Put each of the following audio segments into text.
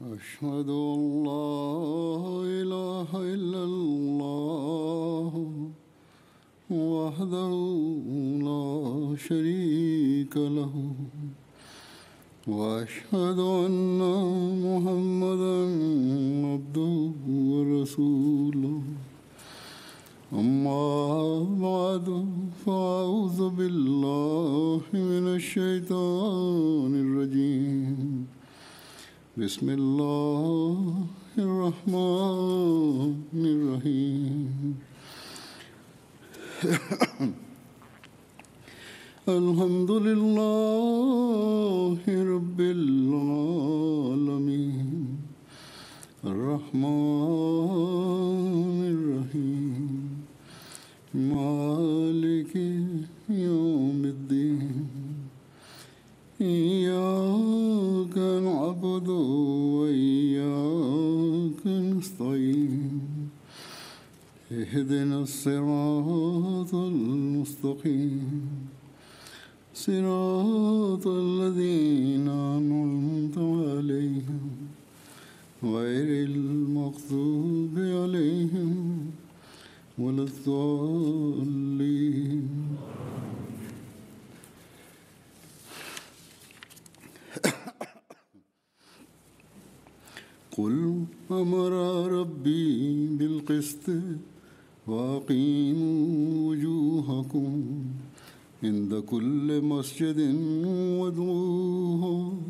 أشهد أن لا إله إلا الله وحده لا شريك له وأشهد أن محمدا عبده ورسوله أما بعد فأعوذ بالله من الشيطان الرجيم بسم الله الرحمن الرحيم الحمد لله رب العالمين الرحمن الرحيم مالك يوم الدين إياك نعبد وإياك نستعين اهدنا الصراط المستقيم صراط الذين أنعمت عليهم غير المغضوب عليهم ولا الضالين قل أمر ربي بالقسط وأقيموا وجوهكم عند كل مسجد وادعوه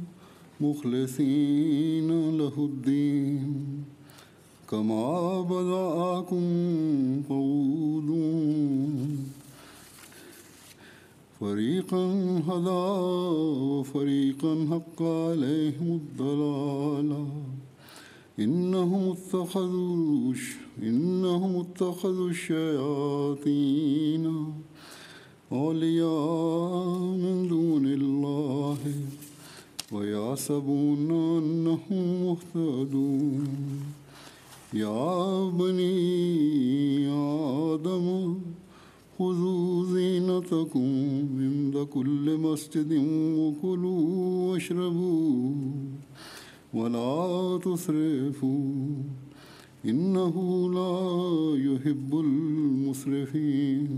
مخلصين له الدين كما بدأكم تعودون فريقا هدى وفريقا حق عليهم الضلالة إنهم اتخذوا الشياطين أولياء من دون الله ويحسبون أنهم مهتدون يا بني آدم خذوا زينتكم عند كل مسجد وكلوا واشربوا ولا تسرفوا إنه لا يحب المسرفين.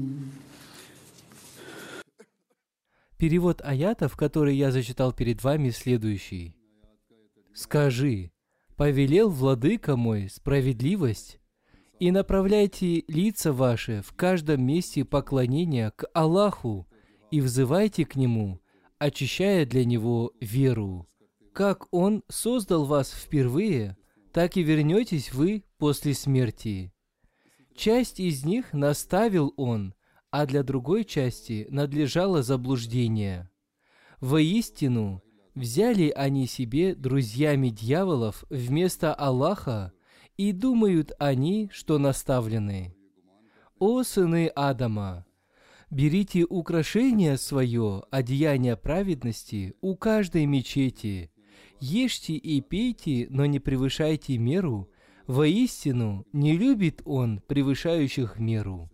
Перевод аятов, который я зачитал перед вами, следующий. «Скажи, повелел владыка мой справедливость, и направляйте лица ваши в каждом месте поклонения к Аллаху и взывайте к Нему, очищая для Него веру. Как Он создал вас впервые, так и вернетесь вы после смерти. Часть из них наставил Он, а для другой части надлежало заблуждение. Воистину, взяли они себе друзьями дьяволов вместо Аллаха, и думают они, что наставлены. О сыны Адама! Берите украшение свое, одеяние праведности, у каждой мечети. Ешьте и пейте, но не превышайте меру. Воистину, не любит Он превышающих меру.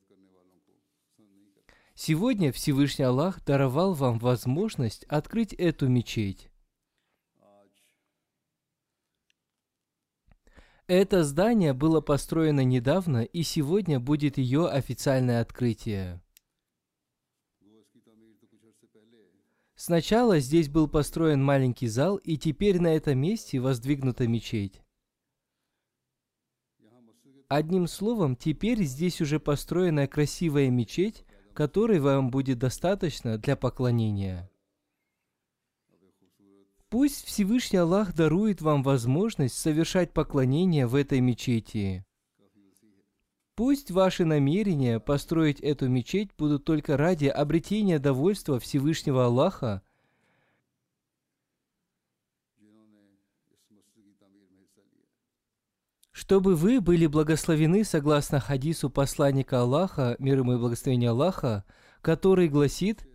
Сегодня Всевышний Аллах даровал вам возможность открыть эту мечеть. Это здание было построено недавно, и сегодня будет ее официальное открытие. Сначала здесь был построен маленький зал, и теперь на этом месте воздвигнута мечеть. Одним словом, теперь здесь уже построена красивая мечеть, которой вам будет достаточно для поклонения. Пусть Всевышний Аллах дарует вам возможность совершать поклонение в этой мечети. Пусть ваши намерения построить эту мечеть будут только ради обретения довольства Всевышнего Аллаха, чтобы вы были благословены согласно хадису посланника Аллаха, мир ему и благословение Аллаха, который гласит: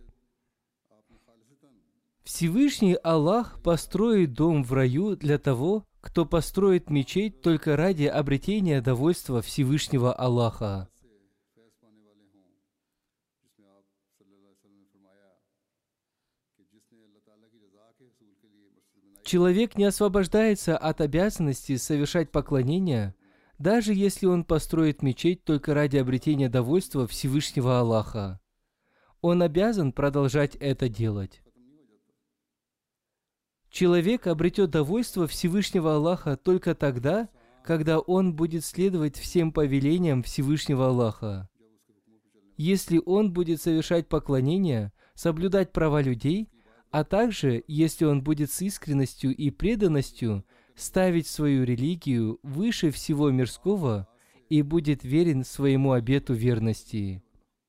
Всевышний Аллах построит дом в раю для того, кто построит мечеть только ради обретения довольства Всевышнего Аллаха. Человек не освобождается от обязанности совершать поклонение, даже если он построит мечеть только ради обретения довольства Всевышнего Аллаха. Он обязан продолжать это делать. Человек обретет довольство Всевышнего Аллаха только тогда, когда он будет следовать всем повелениям Всевышнего Аллаха. Если он будет совершать поклонение, соблюдать права людей, а также, если он будет с искренностью и преданностью ставить свою религию выше всего мирского и будет верен своему обету верности.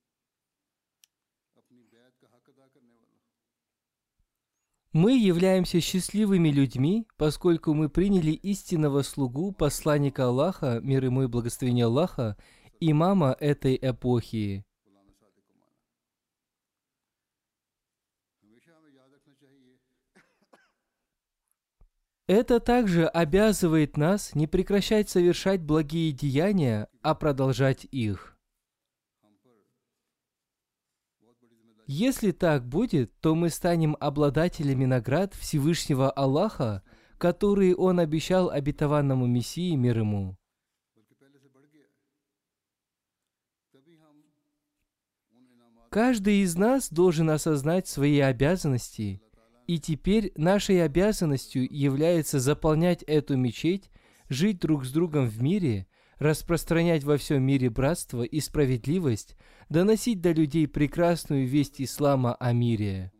Мы являемся счастливыми людьми, поскольку мы приняли истинного слугу, посланника Аллаха, мир ему и благословение Аллаха, имама этой эпохи. Это также обязывает нас не прекращать совершать благие деяния, а продолжать их. Если так будет, то мы станем обладателями наград Всевышнего Аллаха, которые Он обещал обетованному Мессии, мир ему. Каждый из нас должен осознать свои обязанности, и теперь нашей обязанностью является заполнять эту мечеть, жить друг с другом в мире, распространять во всем мире братство и справедливость, доносить до людей прекрасную весть ислама о мире.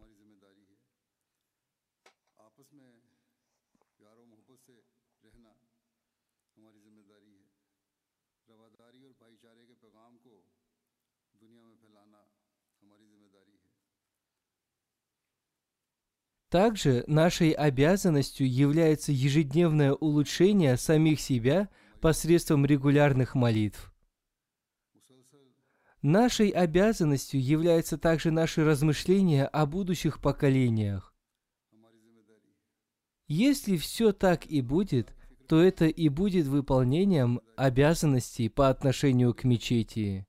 Также нашей обязанностью является ежедневное улучшение самих себя посредством регулярных молитв. Нашей обязанностью является также наше размышление о будущих поколениях. Если все так и будет, то это и будет выполнением обязанностей по отношению к мечети.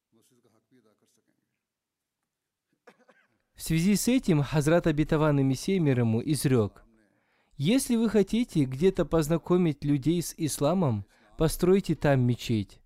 В связи с этим Хазрат обетованный Мессия мир ему изрек: «Если вы хотите где-то познакомить людей с исламом, постройте там мечеть».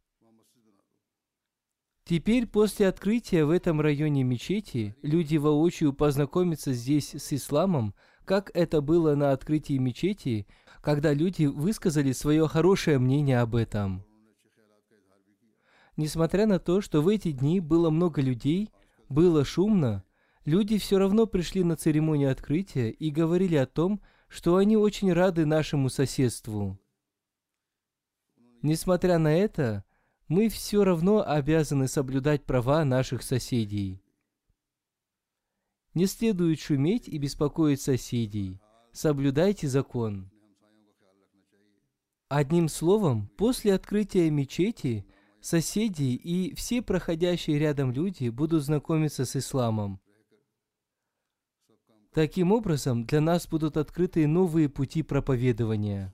Теперь, после открытия в этом районе мечети, люди воочию познакомятся здесь с исламом, как это было на открытии мечети, когда люди высказали свое хорошее мнение об этом. Несмотря на то, что в эти дни было много людей, было шумно, люди все равно пришли на церемонию открытия и говорили о том, что они очень рады нашему соседству. Несмотря на это, мы все равно обязаны соблюдать права наших соседей. Не следует шуметь и беспокоить соседей. Соблюдайте закон. Одним словом, после открытия мечети соседи и все проходящие рядом люди будут знакомиться с исламом. Таким образом, для нас будут открыты новые пути проповедования.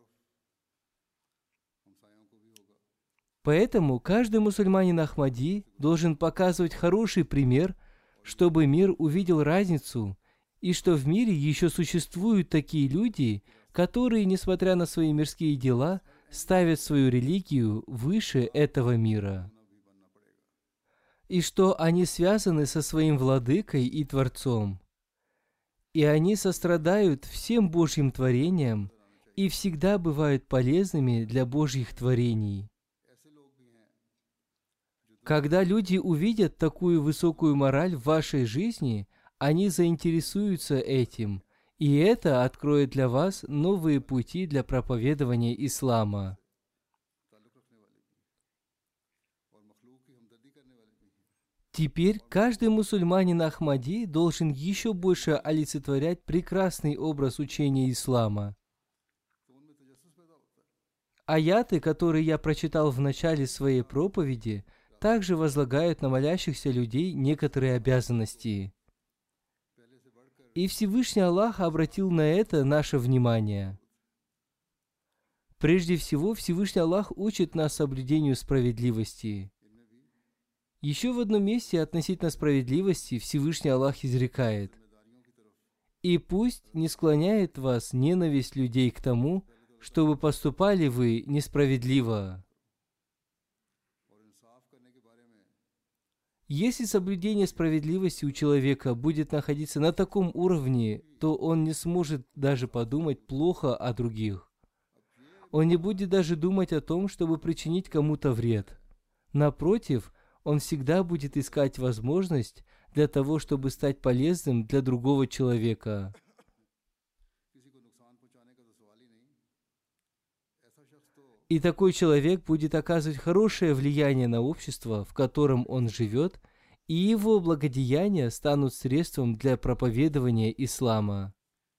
Поэтому каждый мусульманин Ахмади должен показывать хороший пример, чтобы мир увидел разницу, и что в мире еще существуют такие люди, которые, несмотря на свои мирские дела, ставят свою религию выше этого мира. И что они связаны со своим владыкой и Творцом. И они сострадают всем Божьим творениям и всегда бывают полезными для Божьих творений. Когда люди увидят такую высокую мораль в вашей жизни, они заинтересуются этим, и это откроет для вас новые пути для проповедования ислама. Теперь каждый мусульманин Ахмади должен еще больше олицетворять прекрасный образ учения ислама. Аяты, которые я прочитал в начале своей проповеди, также возлагают на молящихся людей некоторые обязанности. И Всевышний Аллах обратил на это наше внимание. Прежде всего, Всевышний Аллах учит нас соблюдению справедливости. Еще в одном месте относительно справедливости Всевышний Аллах изрекает: И пусть не склоняет вас ненависть людей к тому, чтобы поступали вы несправедливо. Если соблюдение справедливости у человека будет находиться на таком уровне, то он не сможет даже подумать плохо о других. Он не будет даже думать о том, чтобы причинить кому-то вред. Напротив, он всегда будет искать возможность для того, чтобы стать полезным для другого человека. И такой человек будет оказывать хорошее влияние на общество, в котором он живет, и его благодеяния станут средством для проповедования ислама.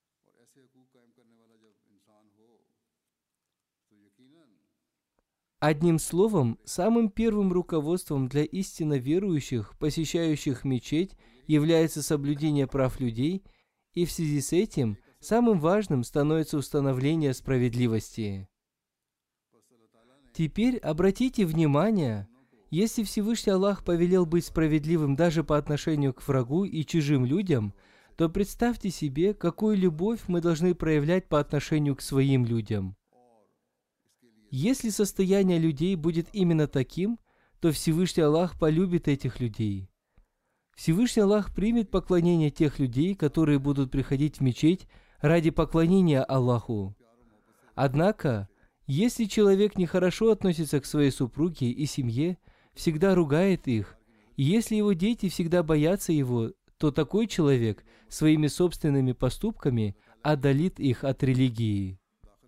Одним словом, самым первым руководством для истинно верующих, посещающих мечеть, является соблюдение прав людей, и в связи с этим самым важным становится установление справедливости. Теперь обратите внимание, если Всевышний Аллах повелел быть справедливым даже по отношению к врагу и чужим людям, то представьте себе, какую любовь мы должны проявлять по отношению к своим людям. Если состояние людей будет именно таким, то Всевышний Аллах полюбит этих людей. Всевышний Аллах примет поклонение тех людей, которые будут приходить в мечеть ради поклонения Аллаху. Однако, если человек нехорошо относится к своей супруге и семье, всегда ругает их, и если его дети всегда боятся его, то такой человек своими собственными поступками отдалит их от религии.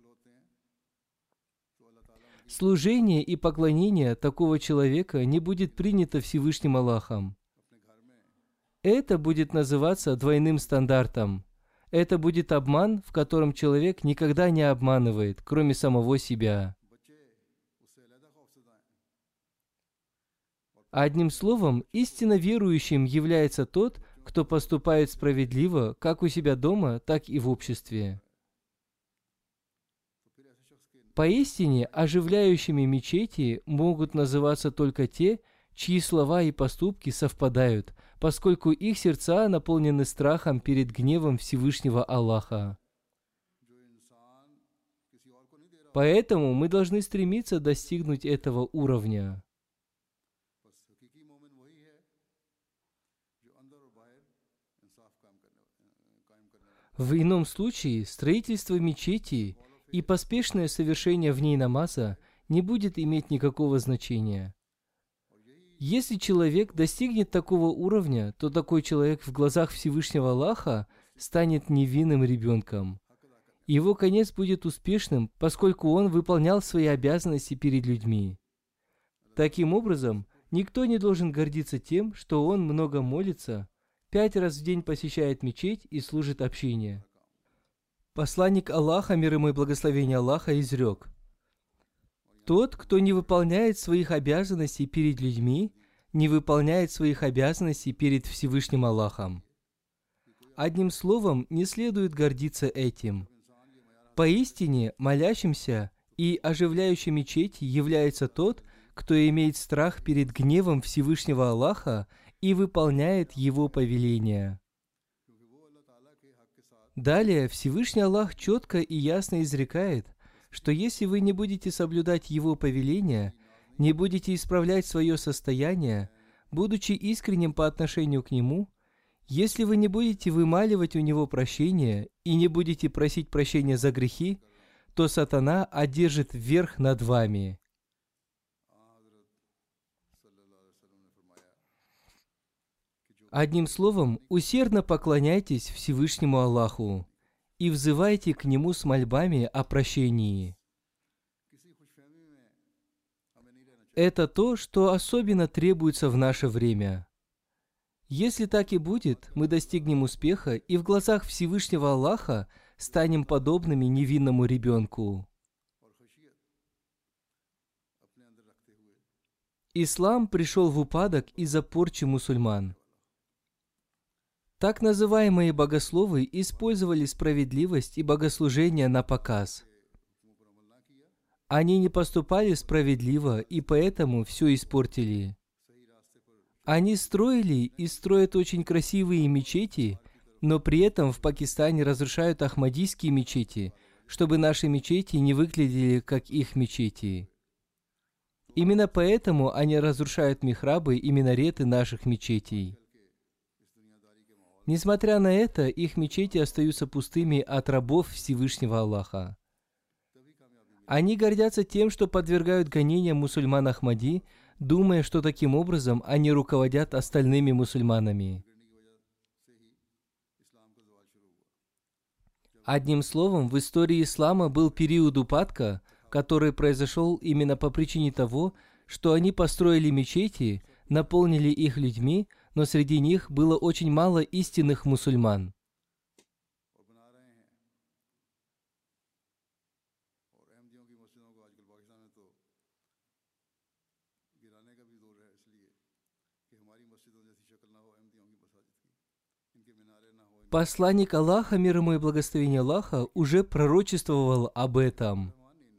Служение и поклонение такого человека не будет принято Всевышним Аллахом. Это будет называться двойным стандартом. Это будет обман, в котором человек никогда не обманывает, кроме самого себя. Одним словом, истинно верующим является тот, кто поступает справедливо как у себя дома, так и в обществе. Поистине, оживляющими мечети могут называться только те, чьи слова и поступки совпадают, поскольку их сердца наполнены страхом перед гневом Всевышнего Аллаха. Поэтому мы должны стремиться достигнуть этого уровня. В ином случае строительство мечети и поспешное совершение в ней намаза не будет иметь никакого значения. Если человек достигнет такого уровня, то такой человек в глазах Всевышнего Аллаха станет невинным ребенком. Его конец будет успешным, поскольку он выполнял свои обязанности перед людьми. Таким образом, никто не должен гордиться тем, что он много молится, 5 раз в день посещает мечеть и служит общине. Посланник Аллаха, мир ему и благословение Аллаха, изрек: «Тот, кто не выполняет своих обязанностей перед людьми, не выполняет своих обязанностей перед Всевышним Аллахом». Одним словом, не следует гордиться этим. Поистине, молящимся и оживляющим мечеть является тот, кто имеет страх перед гневом Всевышнего Аллаха и выполняет Его повеления. Далее Всевышний Аллах четко и ясно изрекает, что если вы не будете соблюдать Его повеления, не будете исправлять свое состояние, будучи искренним по отношению к Нему, если вы не будете вымаливать у Него прощения и не будете просить прощения за грехи, то сатана одержит верх над вами. Одним словом, усердно поклоняйтесь Всевышнему Аллаху и взывайте к Нему с мольбами о прощении. Это то, что особенно требуется в наше время. Если так и будет, мы достигнем успеха и в глазах Всевышнего Аллаха станем подобными невинному ребенку. Ислам пришел в упадок из-за порчи мусульман. Так называемые богословы использовали справедливость и богослужение на показ. Они не поступали справедливо и поэтому все испортили. Они строили и строят очень красивые мечети, Но при этом в Пакистане разрушают ахмадийские мечети, чтобы наши мечети не выглядели как их мечети. Именно поэтому они разрушают михрабы и минареты наших мечетей. Несмотря на это, их мечети остаются пустыми от рабов Всевышнего Аллаха. Они гордятся тем, что подвергают гонениям мусульман Ахмади, думая, что таким образом они руководят остальными мусульманами. Одним словом, в истории ислама был период упадка, который произошел именно по причине того, что они построили мечети, наполнили их людьми, но среди них было очень мало истинных мусульман. Посланник Аллаха, мир ему и благословение Аллаха, уже пророчествовал об этом.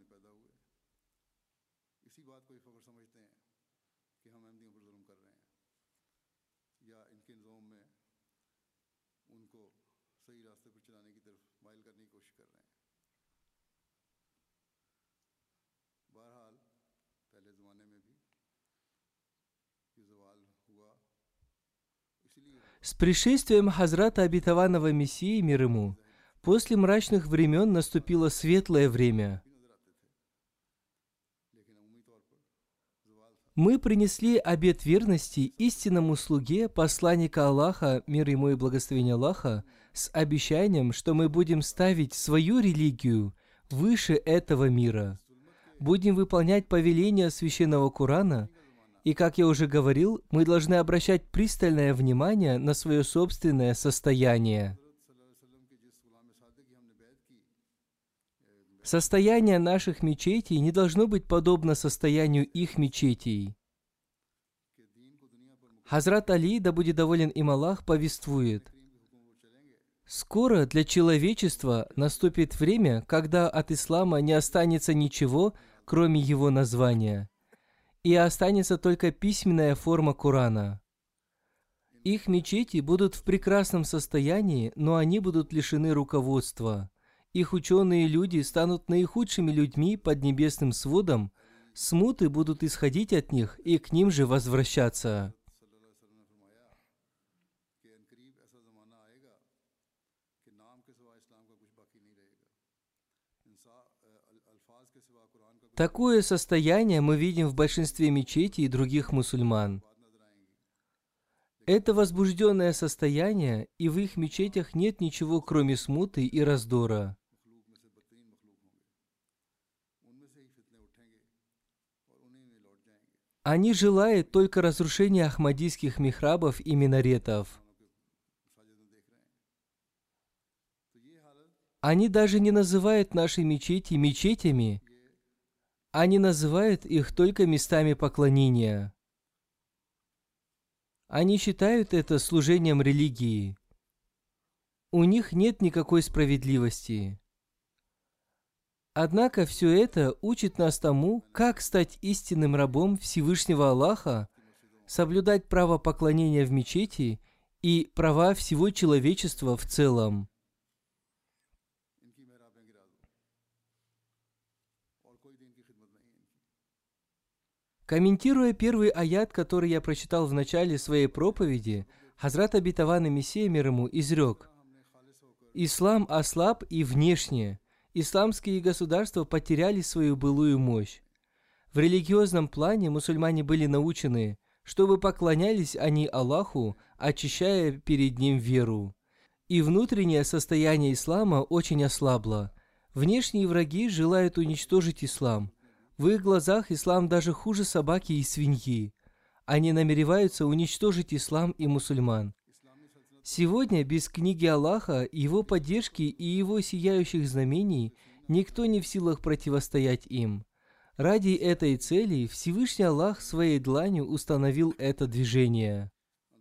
С пришествием Хазрата Обетованного Мессии, мир ему, после мрачных времен наступило светлое время. Мы принесли обет верности истинному слуге посланника Аллаха, мир ему и благословение Аллаха, с обещанием, что мы будем ставить свою религию выше этого мира, будем выполнять повеления священного Корана, и, как я уже говорил, мы должны обращать пристальное внимание на свое собственное состояние. Состояние наших мечетей не должно быть подобно состоянию их мечетей. Хазрат Али, да будет доволен им Аллах, повествует: «Скоро для человечества наступит время, когда от ислама не останется ничего, кроме его названия, и останется только письменная форма Корана. Их мечети будут в прекрасном состоянии, но они будут лишены руководства. Их ученые люди станут наихудшими людьми под небесным сводом, смуты будут исходить от них и к ним же возвращаться». Такое состояние мы видим в большинстве мечетей и других мусульман. Это возбужденное состояние, и в их мечетях нет ничего, кроме смуты и раздора. Они желают только разрушения ахмадийских михрабов и минаретов. Они даже не называют наши мечети мечетями, они называют их только местами поклонения. Они считают это служением религии. У них нет никакой справедливости. Однако все это учит нас тому, как стать истинным рабом Всевышнего Аллаха, соблюдать право поклонения в мечети и права всего человечества в целом. Комментируя первый аят, который я прочитал в начале своей проповеди, Хазрат Обетованный Мессия, мир ему, изрек: «Ислам ослаб и внешне. Исламские государства потеряли свою былую мощь. В религиозном плане мусульмане были научены, чтобы поклонялись они Аллаху, очищая перед Ним веру. И внутреннее состояние ислама очень ослабло. Внешние враги желают уничтожить ислам. В их глазах ислам даже хуже собаки и свиньи. Они намереваются уничтожить ислам и мусульман. Сегодня без книги Аллаха, его поддержки и его сияющих знамений никто не в силах противостоять им. Ради этой цели Всевышний Аллах своей дланью установил это движение».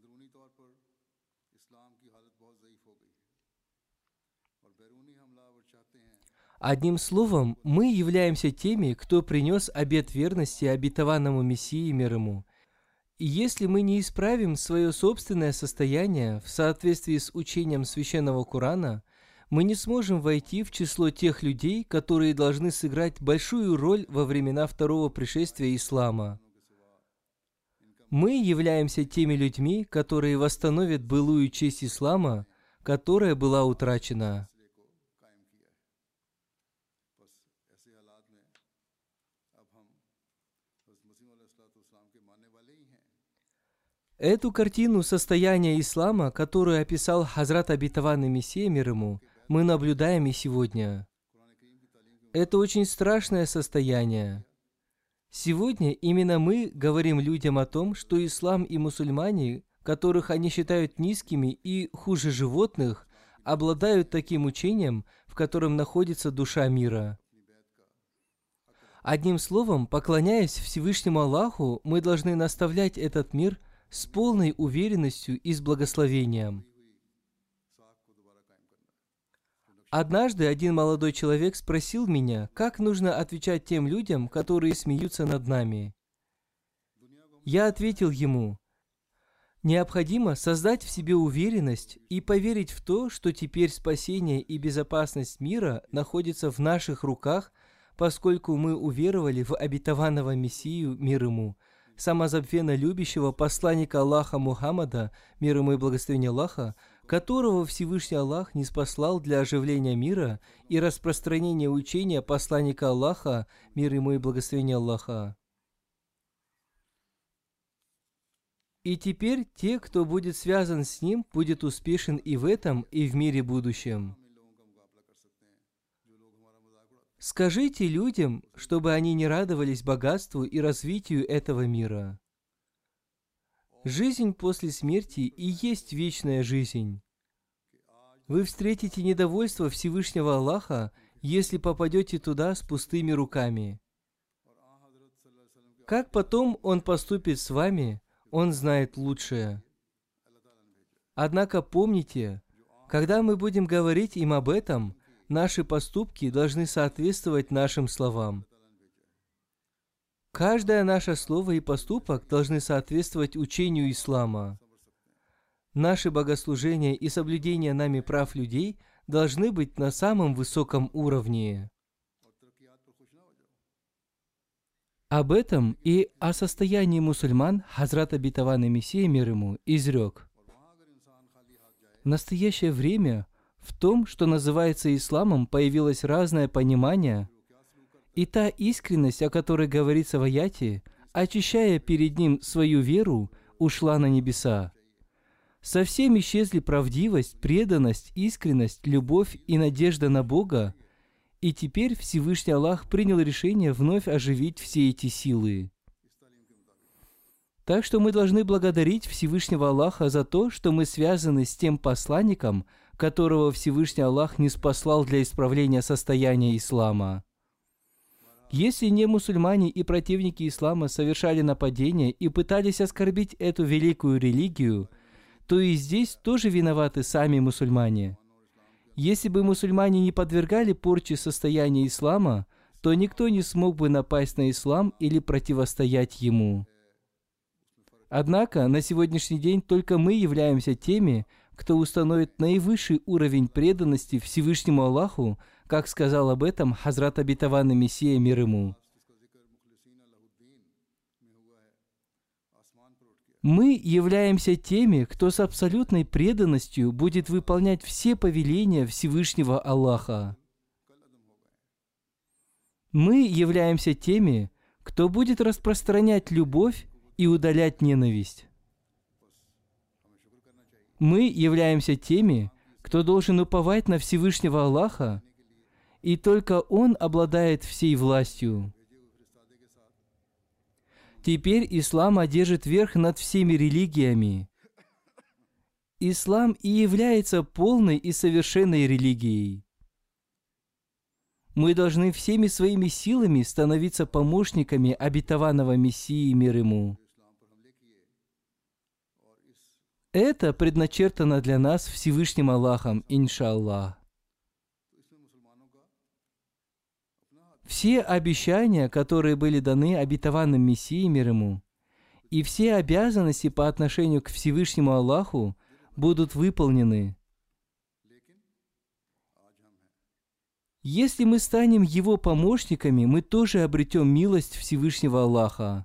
Одним словом, мы являемся теми, кто принес обет верности обетованному Мессии, мир ему. И если мы не исправим свое собственное состояние в соответствии с учением Священного Корана, мы не сможем войти в число тех людей, которые должны сыграть большую роль во времена второго пришествия ислама. Мы являемся теми людьми, которые восстановят былую честь ислама, которая была утрачена. Эту картину состояния ислама, которую описал Хазрат Обетованный Мессия мир ему, мы наблюдаем и сегодня. Это очень страшное состояние. Сегодня именно мы говорим людям о том, что ислам и мусульмане, которых они считают низкими и хуже животных, обладают таким учением, в котором находится душа мира. Одним словом, поклоняясь Всевышнему Аллаху, мы должны наставлять этот мир с полной уверенностью и с благословением. Однажды один молодой человек спросил меня, как нужно отвечать тем людям, которые смеются над нами. Я ответил ему: необходимо создать в себе уверенность и поверить в то, что теперь спасение и безопасность мира находятся в наших руках, поскольку мы уверовали в обетованного Мессию, мир ему, самозабвенно любящего посланника Аллаха Мухаммада, мир ему и благословение Аллаха, которого Всевышний Аллах ниспослал для оживления мира и распространения учения посланника Аллаха, мир ему и благословение Аллаха. И теперь те, кто будет связан с ним, будет успешен и в этом, и в мире будущем. Скажите людям, чтобы они не радовались богатству и развитию этого мира. Жизнь после смерти и есть вечная жизнь. Вы встретите недовольство Всевышнего Аллаха, если попадете туда с пустыми руками. Как потом Он поступит с вами, Он знает лучшее. Однако помните, когда мы будем говорить им об этом, наши поступки должны соответствовать нашим словам. Каждое наше слово и поступок должны соответствовать учению ислама. Наши богослужения и соблюдение нами прав людей должны быть на самом высоком уровне. Об этом и о состоянии мусульман Хазрат Обетованный Мессия мир ему изрек: в настоящее время в том, что называется исламом, появилось разное понимание, и та искренность, о которой говорится в аяте, очищая перед ним свою веру, ушла на небеса. Совсем исчезли правдивость, преданность, искренность, любовь и надежда на Бога, и теперь Всевышний Аллах принял решение вновь оживить все эти силы. Так что мы должны благодарить Всевышнего Аллаха за то, что мы связаны с тем посланником, которого Всевышний Аллах ниспослал для исправления состояния ислама. Если не мусульмане и противники ислама совершали нападения и пытались оскорбить эту великую религию, то и здесь тоже виноваты сами мусульмане. Если бы мусульмане не подвергали порче состояния ислама, то никто не смог бы напасть на ислам или противостоять ему. Однако на сегодняшний день только мы являемся теми, кто установит наивысший уровень преданности Всевышнему Аллаху, как сказал об этом Хазрат Обетованный Мессия мир ему. Мы являемся теми, кто с абсолютной преданностью будет выполнять все повеления Всевышнего Аллаха. Мы являемся теми, кто будет распространять любовь и удалять ненависть. Мы являемся теми, кто должен уповать на Всевышнего Аллаха, и только Он обладает всей властью. Теперь ислам одержит верх над всеми религиями. Ислам и является полной и совершенной религией. Мы должны всеми своими силами становиться помощниками обетованного Мессии мир ему. Это предначертано для нас Всевышним Аллахом, иншаллах. Все обещания, которые были даны обетованным Мессией мир ему, и все обязанности по отношению к Всевышнему Аллаху будут выполнены. Если мы станем Его помощниками, мы тоже обретем милость Всевышнего Аллаха.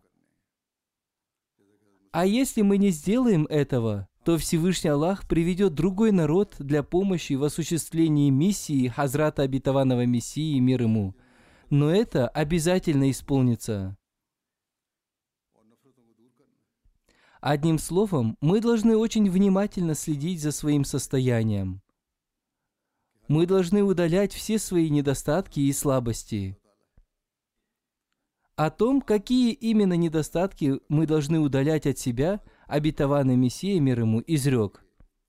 А если мы не сделаем этого, то Всевышний Аллах приведет другой народ для помощи в осуществлении миссии Хазрата Обетованного Мессии, мир ему. Но это обязательно исполнится. Одним словом, мы должны очень внимательно следить за своим состоянием. Мы должны удалять все свои недостатки и слабости. О том, какие именно недостатки мы должны удалять от себя, Обетованный Мессия, мир ему, изрек: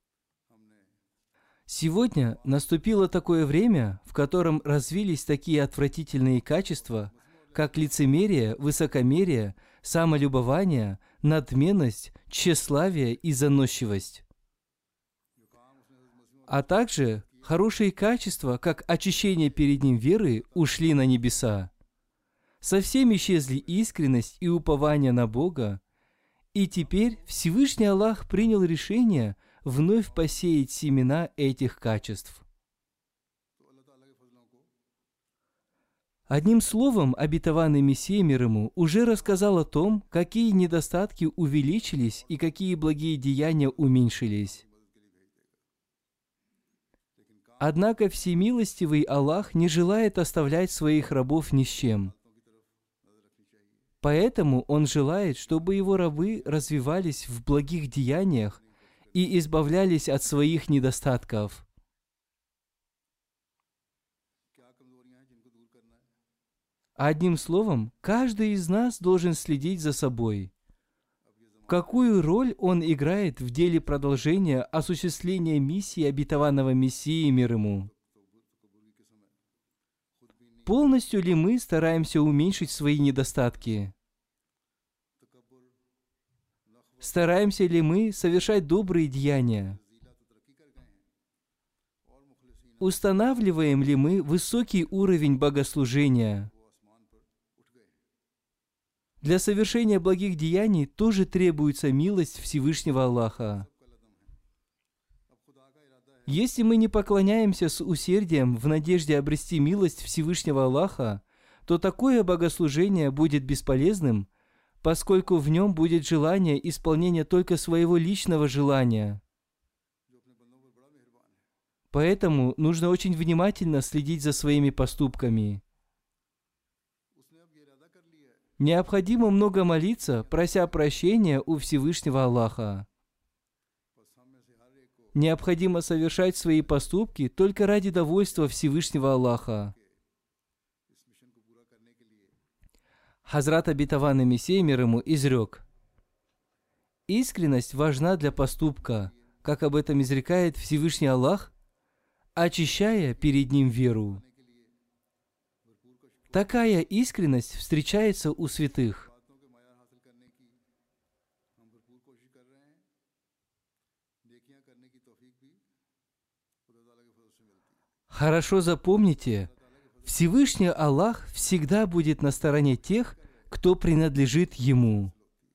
«Сегодня наступило такое время, в котором развились такие отвратительные качества, как лицемерие, высокомерие, самолюбование, надменность, тщеславие и заносчивость. А также хорошие качества, как очищение перед Ним веры, ушли на небеса. Совсем исчезли искренность и упование на Бога, и теперь Всевышний Аллах принял решение вновь посеять семена этих качеств». Одним словом, Обетованный Мессия, мир ему, уже рассказал о том, какие недостатки увеличились и какие благие деяния уменьшились. Однако всемилостивый Аллах не желает оставлять своих рабов ни с чем. Поэтому Он желает, чтобы Его рабы развивались в благих деяниях и избавлялись от своих недостатков. Одним словом, каждый из нас должен следить за собой. Какую роль он играет в деле продолжения осуществления миссии Обетованного Мессии, мир ему? Полностью ли мы стараемся уменьшить свои недостатки? Стараемся ли мы совершать добрые деяния? Устанавливаем ли мы высокий уровень богослужения? Для совершения благих деяний тоже требуется милость Всевышнего Аллаха. Если мы не поклоняемся с усердием в надежде обрести милость Всевышнего Аллаха, то такое богослужение будет бесполезным, поскольку в нем будет желание исполнения только своего личного желания. Поэтому нужно очень внимательно следить за своими поступками. Необходимо много молиться, прося прощения у Всевышнего Аллаха. Необходимо совершать свои поступки только ради довольства Всевышнего Аллаха. Хазрат Обетованный Мессия, мир ему, изрек: «Искренность важна для поступка, как об этом изрекает Всевышний Аллах, очищая перед Ним веру. Такая искренность встречается у святых». Хорошо запомните, Всевышний Аллах всегда будет на стороне тех, кто принадлежит Ему.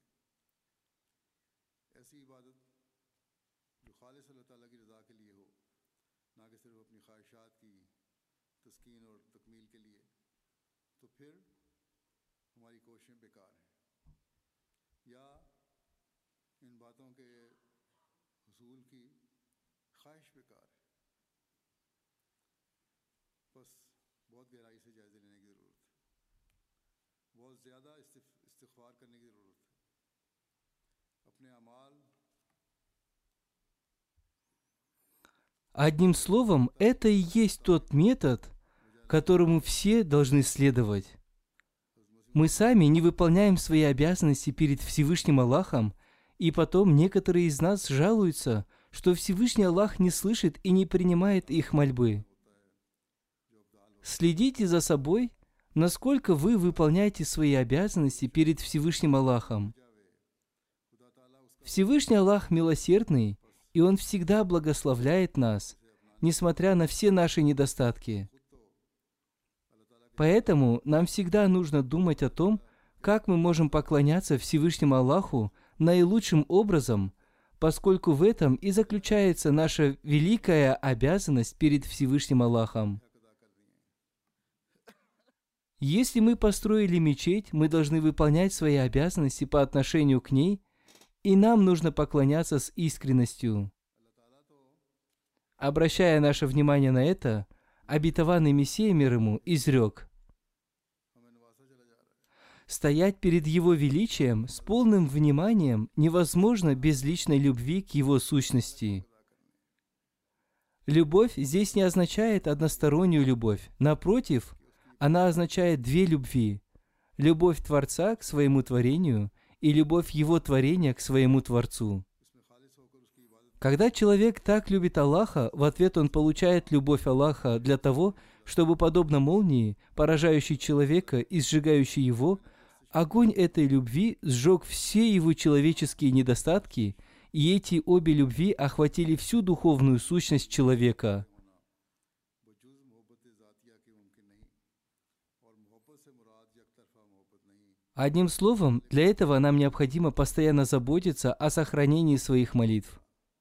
Одним словом, это и есть тот метод, которому все должны следовать. Мы сами не выполняем свои обязанности перед Всевышним Аллахом, и потом некоторые из нас жалуются, что Всевышний Аллах не слышит и не принимает их мольбы. Следите за собой, насколько вы выполняете свои обязанности перед Всевышним Аллахом. Всевышний Аллах милосердный, и Он всегда благословляет нас, несмотря на все наши недостатки. Поэтому нам всегда нужно думать о том, как мы можем поклоняться Всевышнему Аллаху наилучшим образом, поскольку в этом и заключается наша великая обязанность перед Всевышним Аллахом. Если мы построили мечеть, мы должны выполнять свои обязанности по отношению к ней, и нам нужно поклоняться с искренностью. Обращая наше внимание на это, обетованный Мессия мир ему изрек: «Стоять перед Его величием с полным вниманием невозможно без личной любви к Его сущности». Любовь здесь не означает одностороннюю любовь. Напротив, она означает две любви. Любовь Творца к своему творению и любовь Его творения к своему Творцу. Когда человек так любит Аллаха, в ответ он получает любовь Аллаха для того, чтобы, подобно молнии, поражающей человека и сжигающей его, огонь этой любви сжег все его человеческие недостатки, и эти обе любви охватили всю духовную сущность человека. Одним словом, для этого нам необходимо постоянно заботиться о сохранении своих молитв.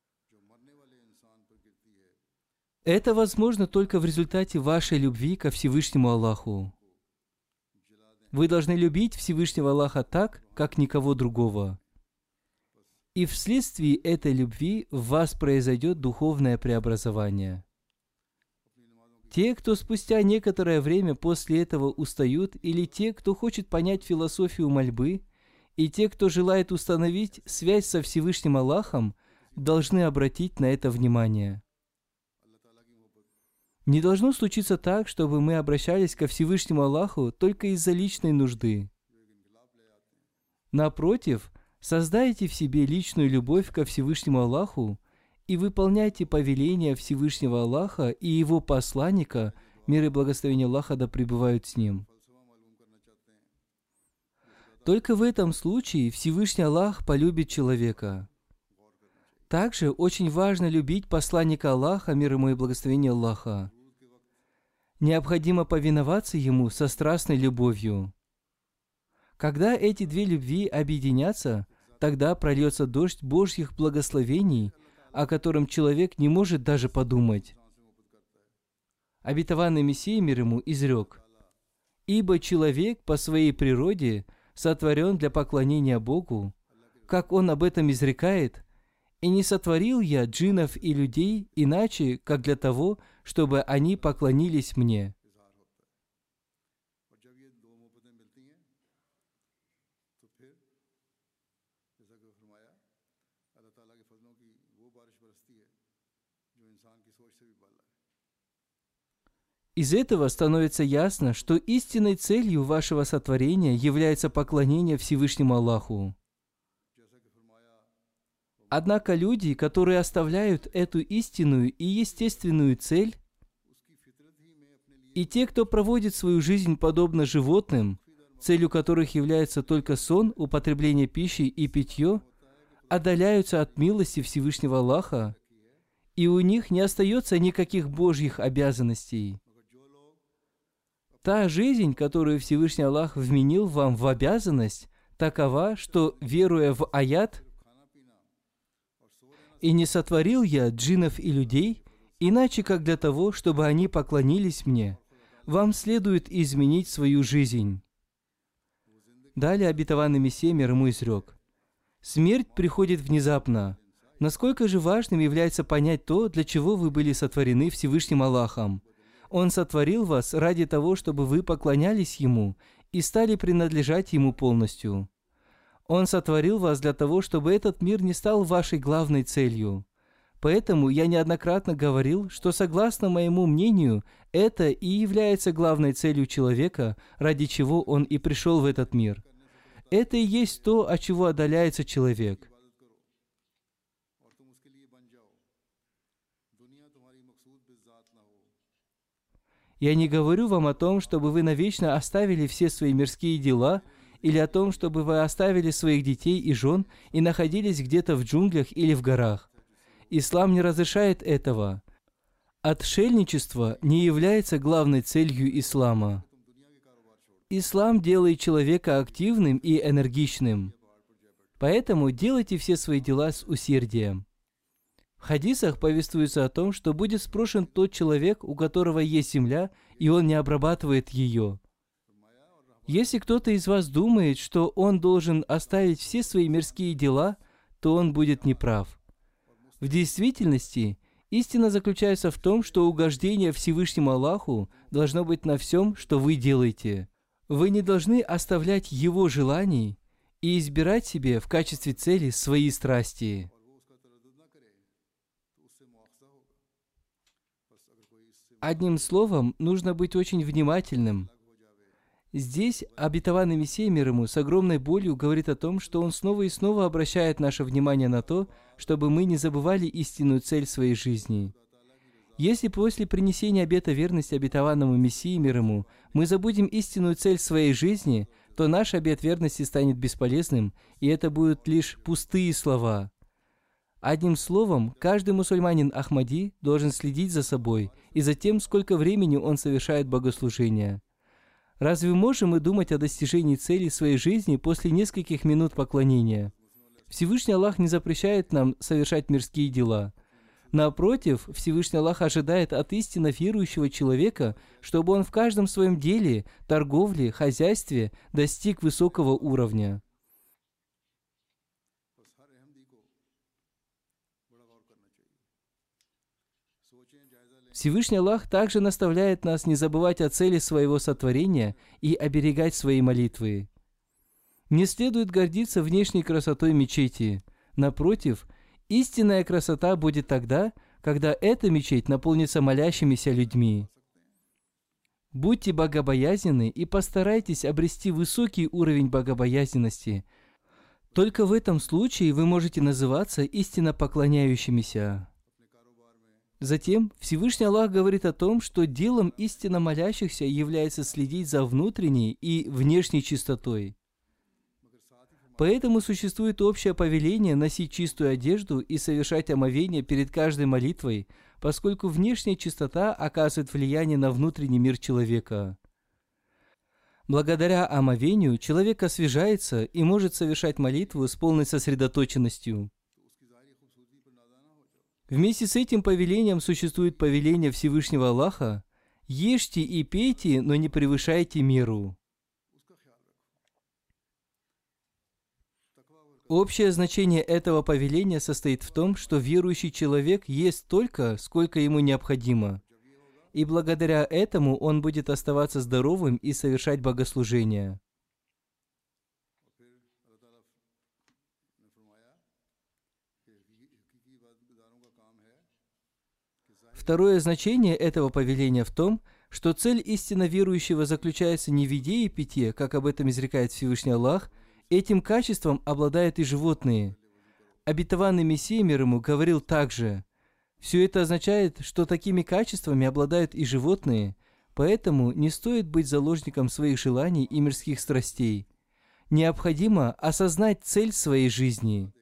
Это возможно только в результате вашей любви ко Всевышнему Аллаху. Вы должны любить Всевышнего Аллаха так, как никого другого. И вследствие этой любви в вас произойдет духовное преобразование. Те, кто спустя некоторое время после этого устают, или те, кто хочет понять философию мольбы, и те, кто желает установить связь со Всевышним Аллахом, должны обратить на это внимание. Не должно случиться так, чтобы мы обращались ко Всевышнему Аллаху только из-за личной нужды. Напротив, создайте в себе личную любовь ко Всевышнему Аллаху и выполняйте повеления Всевышнего Аллаха и Его посланника, мир и благословение Аллаха да пребывают с ним. Только в этом случае Всевышний Аллах полюбит человека. Также очень важно любить посланника Аллаха, мир ему и благословение Аллаха. Необходимо повиноваться ему со страстной любовью. Когда эти две любви объединятся, тогда прольется дождь Божьих благословений, о котором человек не может даже подумать. Обетованный Мессия мир ему изрек: «Ибо человек по своей природе сотворен для поклонения Богу, как он об этом изрекает, и не сотворил я джиннов и людей иначе, как для того, чтобы они поклонились мне». Из этого становится ясно, что истинной целью вашего сотворения является поклонение Всевышнему Аллаху. Однако люди, которые оставляют эту истинную и естественную цель, и те, кто проводит свою жизнь подобно животным, целью которых является только сон, употребление пищи и питье, отдаляются от милости Всевышнего Аллаха, и у них не остается никаких божьих обязанностей. Та жизнь, которую Всевышний Аллах вменил вам в обязанность, такова, что, веруя в аят, «И не сотворил я джиннов и людей, иначе как для того, чтобы они поклонились мне», вам следует изменить свою жизнь. Далее обетованный Мессия мир ему изрек: «Смерть приходит внезапно. Насколько же важным является понять то, для чего вы были сотворены Всевышним Аллахом. Он сотворил вас ради того, чтобы вы поклонялись Ему и стали принадлежать Ему полностью. Он сотворил вас для того, чтобы этот мир не стал вашей главной целью. Поэтому я неоднократно говорил, что согласно моему мнению, это и является главной целью человека, ради чего он и пришел в этот мир. Это и есть то, от чего отдаляется человек. Я не говорю вам о том, чтобы вы навечно оставили все свои мирские дела, или о том, чтобы вы оставили своих детей и жен и находились где-то в джунглях или в горах. Ислам не разрешает этого. Отшельничество не является главной целью ислама. Ислам делает человека активным и энергичным. Поэтому делайте все свои дела с усердием. В хадисах повествуется о том, что будет спрошен тот человек, у которого есть земля, и он не обрабатывает ее. Если кто-то из вас думает, что он должен оставить все свои мирские дела, то он будет неправ. В действительности, истина заключается в том, что угождение Всевышнему Аллаху должно быть на всем, что вы делаете. Вы не должны оставлять Его желаний и избирать себе в качестве цели свои страсти. Одним словом, нужно быть очень внимательным. Здесь обетованный Мессия мир ему с огромной болью говорит о том, что он снова и снова обращает наше внимание на то, чтобы мы не забывали истинную цель своей жизни. Если после принесения обета верности обетованному Мессии мир ему мы забудем истинную цель своей жизни, то наш обет верности станет бесполезным, и это будут лишь пустые слова. Одним словом, каждый мусульманин Ахмади должен следить за собой и за тем, сколько времени он совершает богослужения. Разве можем мы думать о достижении цели своей жизни после нескольких минут поклонения? Всевышний Аллах не запрещает нам совершать мирские дела. Напротив, Всевышний Аллах ожидает от истинно верующего человека, чтобы он в каждом своем деле, торговле, хозяйстве достиг высокого уровня. Всевышний Аллах также наставляет нас не забывать о цели своего сотворения и оберегать свои молитвы. Не следует гордиться внешней красотой мечети. Напротив, истинная красота будет тогда, когда эта мечеть наполнится молящимися людьми. Будьте богобоязненны и постарайтесь обрести высокий уровень богобоязненности. Только в этом случае вы можете называться истинно поклоняющимися. Затем Всевышний Аллах говорит о том, что делом истинно молящихся является следить за внутренней и внешней чистотой. Поэтому существует общее повеление носить чистую одежду и совершать омовение перед каждой молитвой, поскольку внешняя чистота оказывает влияние на внутренний мир человека. Благодаря омовению человек освежается и может совершать молитву с полной сосредоточенностью. Вместе с этим повелением существует повеление Всевышнего Аллаха: «Ешьте и пейте, но не превышайте меру». Общее значение этого повеления состоит в том, что верующий человек ест столько, сколько ему необходимо, и благодаря этому он будет оставаться здоровым и совершать богослужения. Второе значение этого повеления в том, что цель истинно верующего заключается не в еде и питье, как об этом изрекает Всевышний Аллах. Этим качеством обладают и животные. Обетованный Мессия мир ему говорил также: «Все это означает, что такими качествами обладают и животные, поэтому не стоит быть заложником своих желаний и мирских страстей. Необходимо осознать цель своей жизни».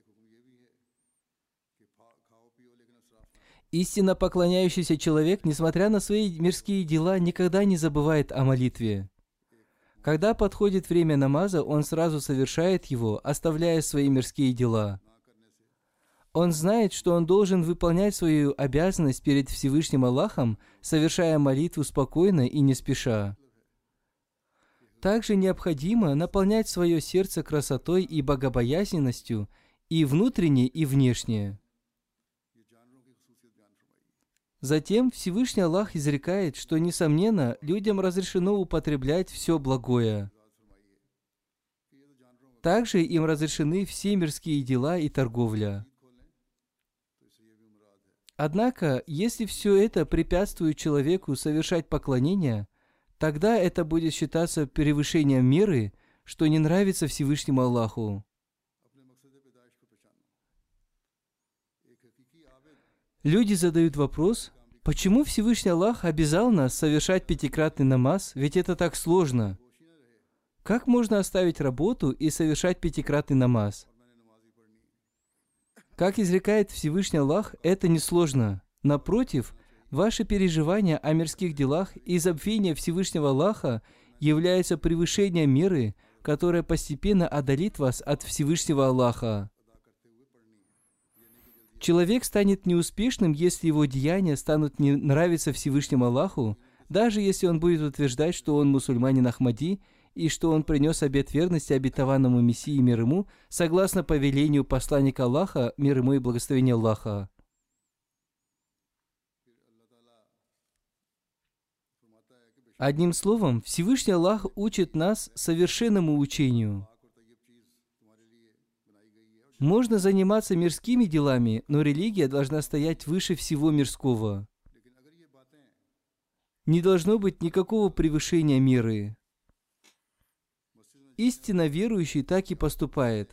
Истинно поклоняющийся человек, несмотря на свои мирские дела, никогда не забывает о молитве. Когда подходит время намаза, он сразу совершает его, оставляя свои мирские дела. Он знает, что он должен выполнять свою обязанность перед Всевышним Аллахом, совершая молитву спокойно и не спеша. Также необходимо наполнять свое сердце красотой и богобоязненностью, и внутренне, и внешне. Затем Всевышний Аллах изрекает, что, несомненно, людям разрешено употреблять все благое. Также им разрешены все мирские дела и торговля. Однако, если все это препятствует человеку совершать поклонение, тогда это будет считаться превышением меры, что не нравится Всевышнему Аллаху. Люди задают вопрос: почему Всевышний Аллах обязал нас совершать пятикратный намаз, ведь это так сложно? Как можно оставить работу и совершать пятикратный намаз? Как изрекает Всевышний Аллах, это несложно. Напротив, ваши переживания о мирских делах и забвение Всевышнего Аллаха является превышение меры, которое постепенно отдалит вас от Всевышнего Аллаха. Человек станет неуспешным, если его деяния станут не нравиться Всевышнему Аллаху, даже если он будет утверждать, что он мусульманин Ахмади и что он принес обет верности обетованному Мессии мир ему, согласно повелению посланника Аллаха, мир ему и благословения Аллаха. Одним словом, Всевышний Аллах учит нас совершенному учению. Можно заниматься мирскими делами, но религия должна стоять выше всего мирского. Не должно быть никакого превышения меры. Истинно верующий так и поступает.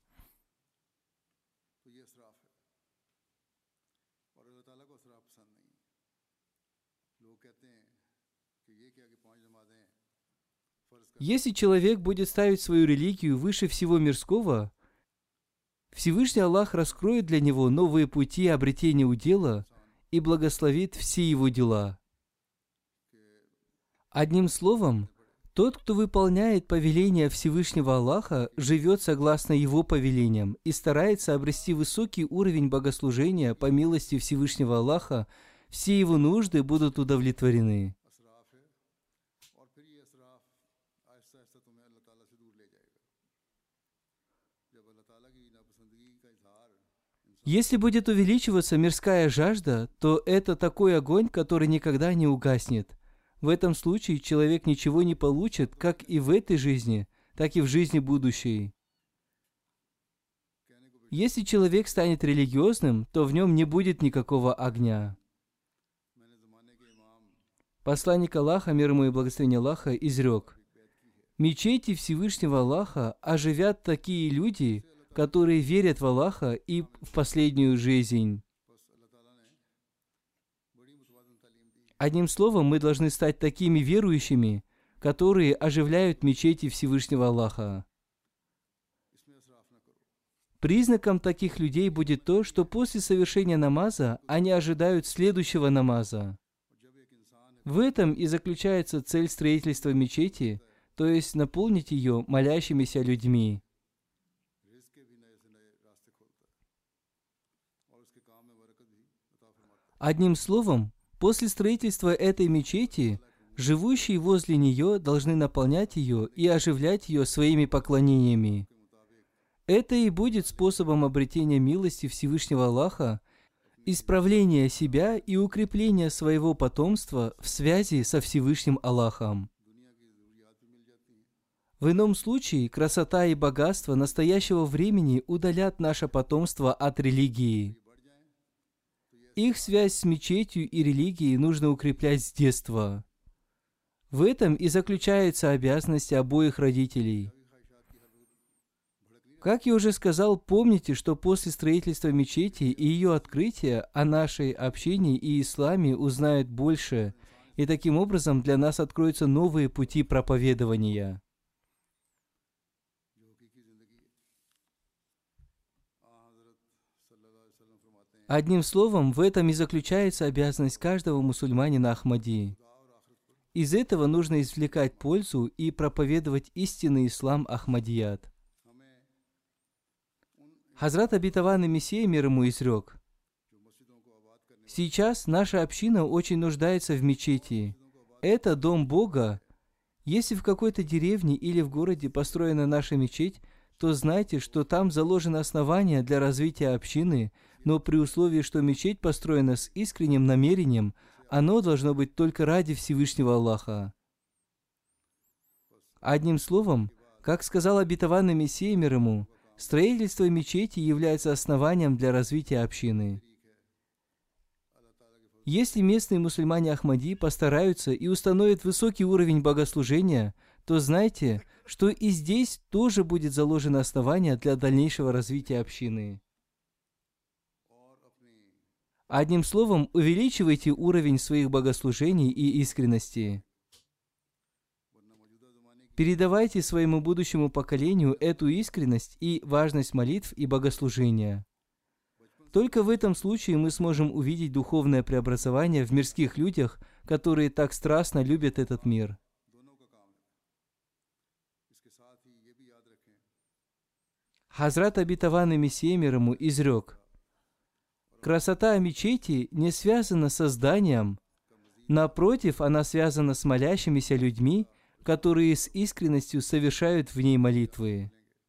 Если человек будет ставить свою религию выше всего мирского, Всевышний Аллах раскроет для него новые пути обретения удела и благословит все его дела. Одним словом, тот, кто выполняет повеления Всевышнего Аллаха, живет согласно его повелениям и старается обрести высокий уровень богослужения по милости Всевышнего Аллаха, все его нужды будут удовлетворены. Если будет увеличиваться мирская жажда, то это такой огонь, который никогда не угаснет. В этом случае человек ничего не получит, как и в этой жизни, так и в жизни будущей. Если человек станет религиозным, то в нем не будет никакого огня. Посланник Аллаха, мир ему и благословение Аллаха, изрек: «Мечети Всевышнего Аллаха оживят такие люди, которые верят в Аллаха и в последнюю жизнь». Одним словом, мы должны стать такими верующими, которые оживляют мечети Всевышнего Аллаха. Признаком таких людей будет то, что после совершения намаза они ожидают следующего намаза. В этом и заключается цель строительства мечети, то есть наполнить ее молящимися людьми. Одним словом, после строительства этой мечети, живущие возле нее должны наполнять ее и оживлять ее своими поклонениями. Это и будет способом обретения милости Всевышнего Аллаха, исправления себя и укрепления своего потомства в связи со Всевышним Аллахом. В ином случае красота и богатство настоящего времени удалят наше потомство от религии. Их связь с мечетью и религией нужно укреплять с детства. В этом и заключается обязанность обоих родителей. Как я уже сказал, помните, что после строительства мечети и ее открытия о нашей общине и исламе узнают больше, и таким образом для нас откроются новые пути проповедования. Одним словом, в этом и заключается обязанность каждого мусульманина Ахмади. Из этого нужно извлекать пользу и проповедовать истинный ислам Ахмадият. Хазрат обетованный Мессия мир ему изрек: «Сейчас наша община очень нуждается в мечети. Это дом Бога. Если в какой-то деревне или в городе построена наша мечеть, то знайте, что там заложено основание для развития общины, но при условии, что мечеть построена с искренним намерением, оно должно быть только ради Всевышнего Аллаха». Одним словом, как сказал обетованный Мессия мир ему, строительство мечети является основанием для развития общины. Если местные мусульмане Ахмади постараются и установят высокий уровень богослужения, то знайте, что и здесь тоже будет заложено основание для дальнейшего развития общины. Одним словом, увеличивайте уровень своих богослужений и искренности. Передавайте своему будущему поколению эту искренность и важность молитв и богослужения. Только в этом случае мы сможем увидеть духовное преобразование в мирских людях, которые так страстно любят этот мир. Хазрат обетованный Мессия мир ему изрек: красота мечети не связана со зданием, напротив, она связана с молящимися людьми, которые с искренностью совершают в ней молитвы.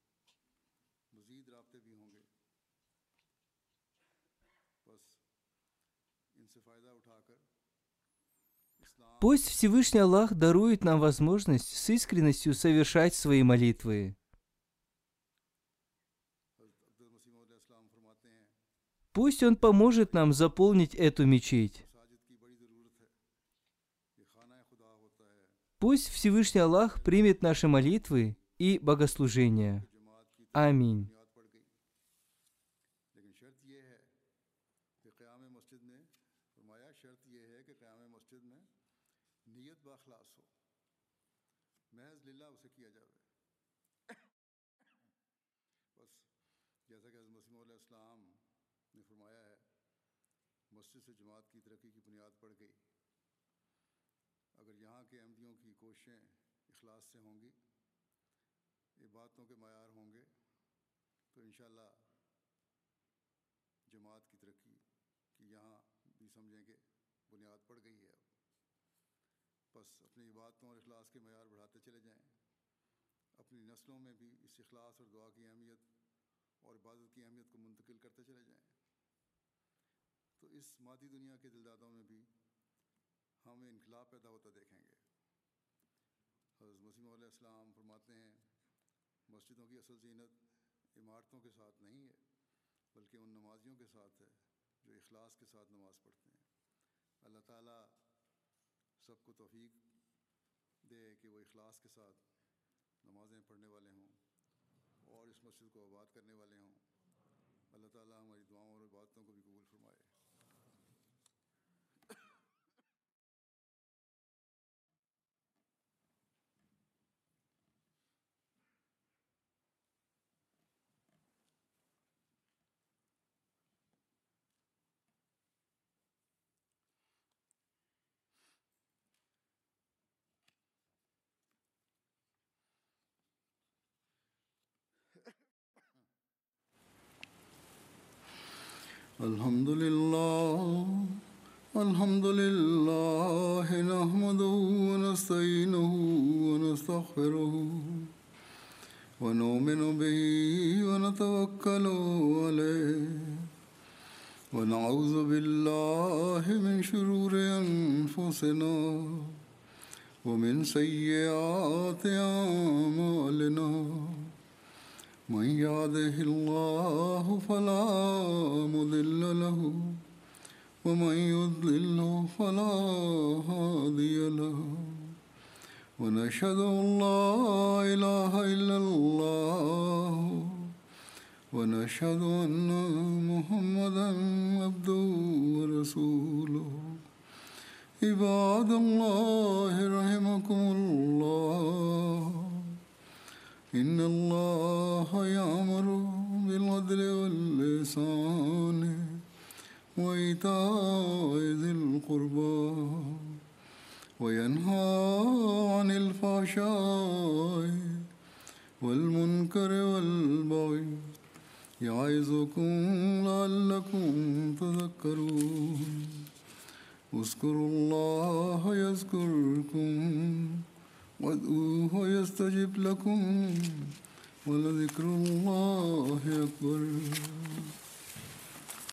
Пусть Всевышний Аллах дарует нам возможность с искренностью совершать свои молитвы. Пусть Он поможет нам заполнить эту мечеть. Пусть Всевышний Аллах примет наши молитвы и богослужения. Аминь. الحمد لله الحمد لله نحمده ونستعينه ونستغفره ونؤمن به ونتوكل عليه ونعوذ بالله من شرور أنفسنا ومن سيئات أعمالنا من يهده الله فلا مضل له ومن يضلل فلا هادي له ونشهد أن لا إله إلا الله ونشهد أن محمدا عبده ورسوله عباد الله رحمكم الله إن الله يأمر بالعدل والإحسان وإيتاء ذي القربى وينهى عن الفحشاء والمنكر والبغي يعظكم لعلكم تذكرون اذكروا الله يذكركم وادعوه يستجب لكم ولذكر الله أكبر